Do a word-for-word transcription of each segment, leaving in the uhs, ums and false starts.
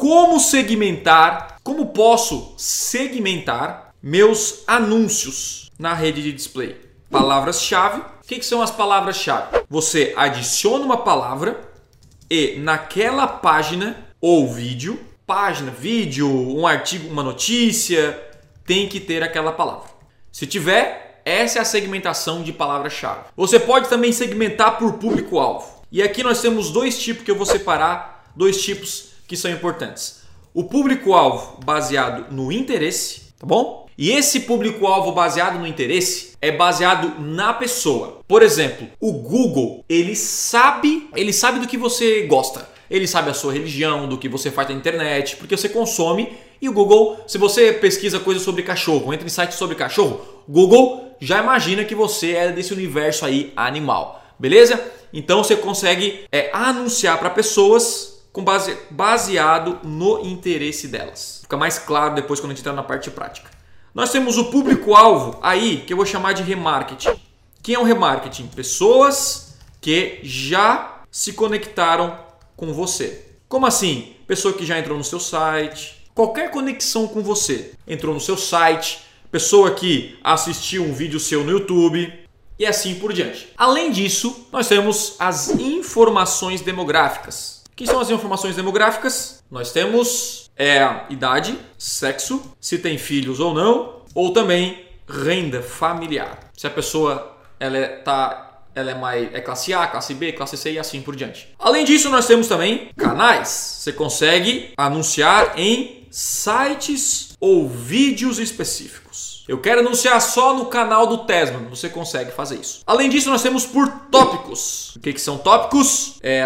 como segmentar, como posso segmentar meus anúncios na rede de display. Palavras-chave. O que, que são as palavras-chave? Você adiciona uma palavra e naquela página ou vídeo, página, vídeo, um artigo, uma notícia, tem que ter aquela palavra. Se tiver, essa é a segmentação de palavra-chave. Você pode também segmentar por público-alvo. E aqui nós temos dois tipos que eu vou separar, dois tipos que são importantes. O público-alvo baseado no interesse, tá bom? E esse público-alvo baseado no interesse é baseado na pessoa. Por exemplo, o Google, ele sabe, ele sabe do que você gosta. Ele sabe a sua religião, do que você faz na internet, porque você consome. E o Google, se você pesquisa coisas sobre cachorro, entra em sites sobre cachorro, o Google já imagina que você é desse universo aí animal. Beleza? Então você consegue é, anunciar para pessoas com base, baseado no interesse delas. Fica mais claro depois quando a gente entrar na parte prática. Nós temos o público-alvo aí que eu vou chamar de remarketing. Quem é o remarketing? Pessoas que já se conectaram com você. Como assim? Pessoa que já entrou no seu site, qualquer conexão com você. Entrou no seu site, pessoa que assistiu um vídeo seu no YouTube e assim por diante. Além disso, nós temos as informações demográficas. O que são as informações demográficas? Nós temos é, idade, sexo, se tem filhos ou não, ou também renda familiar. Se a pessoa ela é, tá, ela é, mais, é classe A, classe B, classe C e assim por diante. Além disso, nós temos também canais. Você consegue anunciar em sites ou vídeos específicos. Eu quero anunciar só no canal do Tesman. Você consegue fazer isso. Além disso, nós temos por tópicos. O que, que são tópicos? É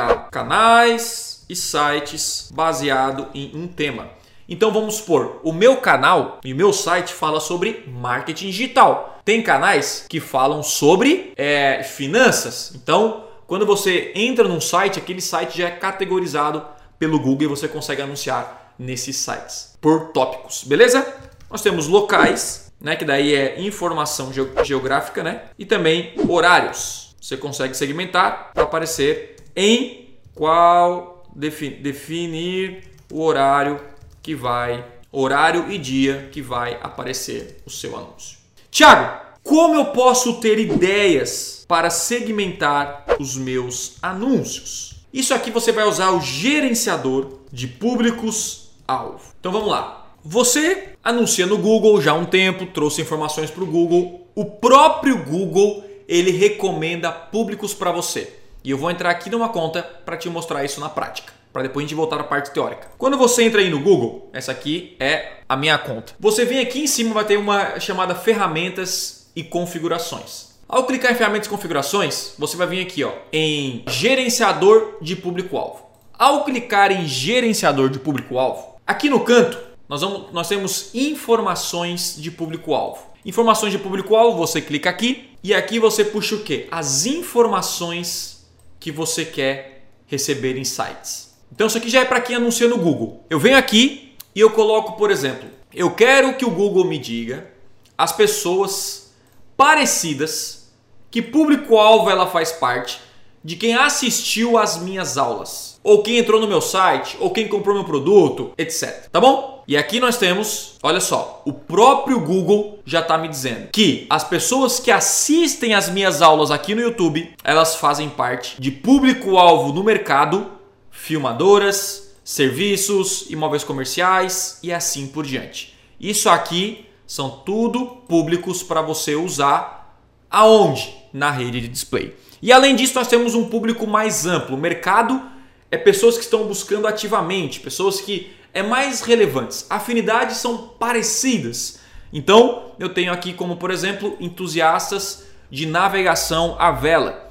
canais e sites baseado em um tema. Então vamos supor, o meu canal e o meu site fala sobre marketing digital. Tem canais que falam sobre é, finanças. Então, quando você entra num site, aquele site já é categorizado pelo Google e você consegue anunciar nesses sites por tópicos, beleza? Nós temos locais, né, que daí é informação geográfica, né? E também horários. Você consegue segmentar para aparecer em qual defi- definir o horário que vai, horário e dia que vai aparecer o seu anúncio. Tiago, como eu posso ter ideias para segmentar os meus anúncios? Isso aqui você vai usar o gerenciador de públicos-alvo. Então vamos lá. Você anuncia no Google já há um tempo, trouxe informações para o Google. O próprio Google ele recomenda públicos para você. E eu vou entrar aqui numa conta para te mostrar isso na prática, para depois a gente voltar à parte teórica. Quando você entra aí no Google, essa aqui é a minha conta. Você vem aqui em cima, vai ter uma chamada ferramentas e configurações. Ao clicar em ferramentas e configurações, você vai vir aqui ó, em gerenciador de público-alvo. Ao clicar em gerenciador de público-alvo, aqui no canto nós, vamos, nós temos informações de público-alvo. Informações de público-alvo, você clica aqui e aqui você puxa o quê? As informações que você quer receber em sites. Então isso aqui já é para quem anuncia no Google. Eu venho aqui e eu coloco, por exemplo, eu quero que o Google me diga as pessoas parecidas, que público-alvo ela faz parte, de quem assistiu às minhas aulas, ou quem entrou no meu site, ou quem comprou meu produto, etcétera. Tá bom? E aqui nós temos, olha só, o próprio Google já está me dizendo que as pessoas que assistem às minhas aulas aqui no YouTube, elas fazem parte de público-alvo no mercado, filmadoras, serviços, imóveis comerciais e assim por diante. Isso aqui são tudo públicos para você usar aonde? Na rede de display. E além disso, nós temos um público mais amplo. O mercado é pessoas que estão buscando ativamente, pessoas que é mais relevantes. Afinidades são parecidas. Então, eu tenho aqui como, por exemplo, entusiastas de navegação à vela,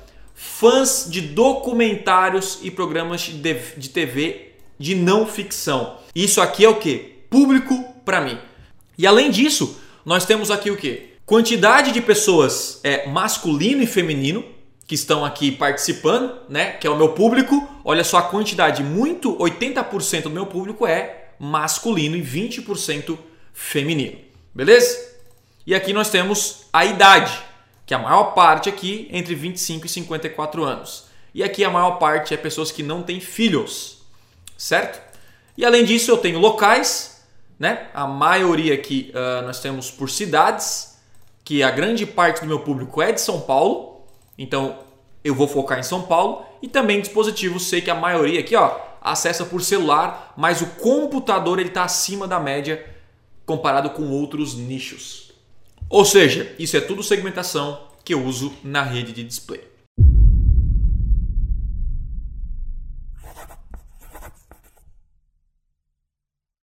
fãs de documentários e programas de T V de não ficção. Isso aqui é o quê? Público para mim. E além disso, nós temos aqui o quê? Quantidade de pessoas é, masculino e feminino que estão aqui participando, né? Que é o meu público. Olha só a quantidade, muito, oitenta por cento do meu público é masculino e vinte por cento feminino. Beleza? E aqui nós temos a idade, que a maior parte aqui entre vinte e cinco e cinquenta e quatro anos. E aqui a maior parte é pessoas que não têm filhos, certo? E além disso eu tenho locais, né? A maioria aqui uh, nós temos por cidades, que a grande parte do meu público é de São Paulo, então eu vou focar em São Paulo. E também dispositivos, sei que a maioria aqui ó, acessa por celular, mas o computador está acima da média comparado com outros nichos. Ou seja, isso é tudo segmentação que eu uso na rede de display.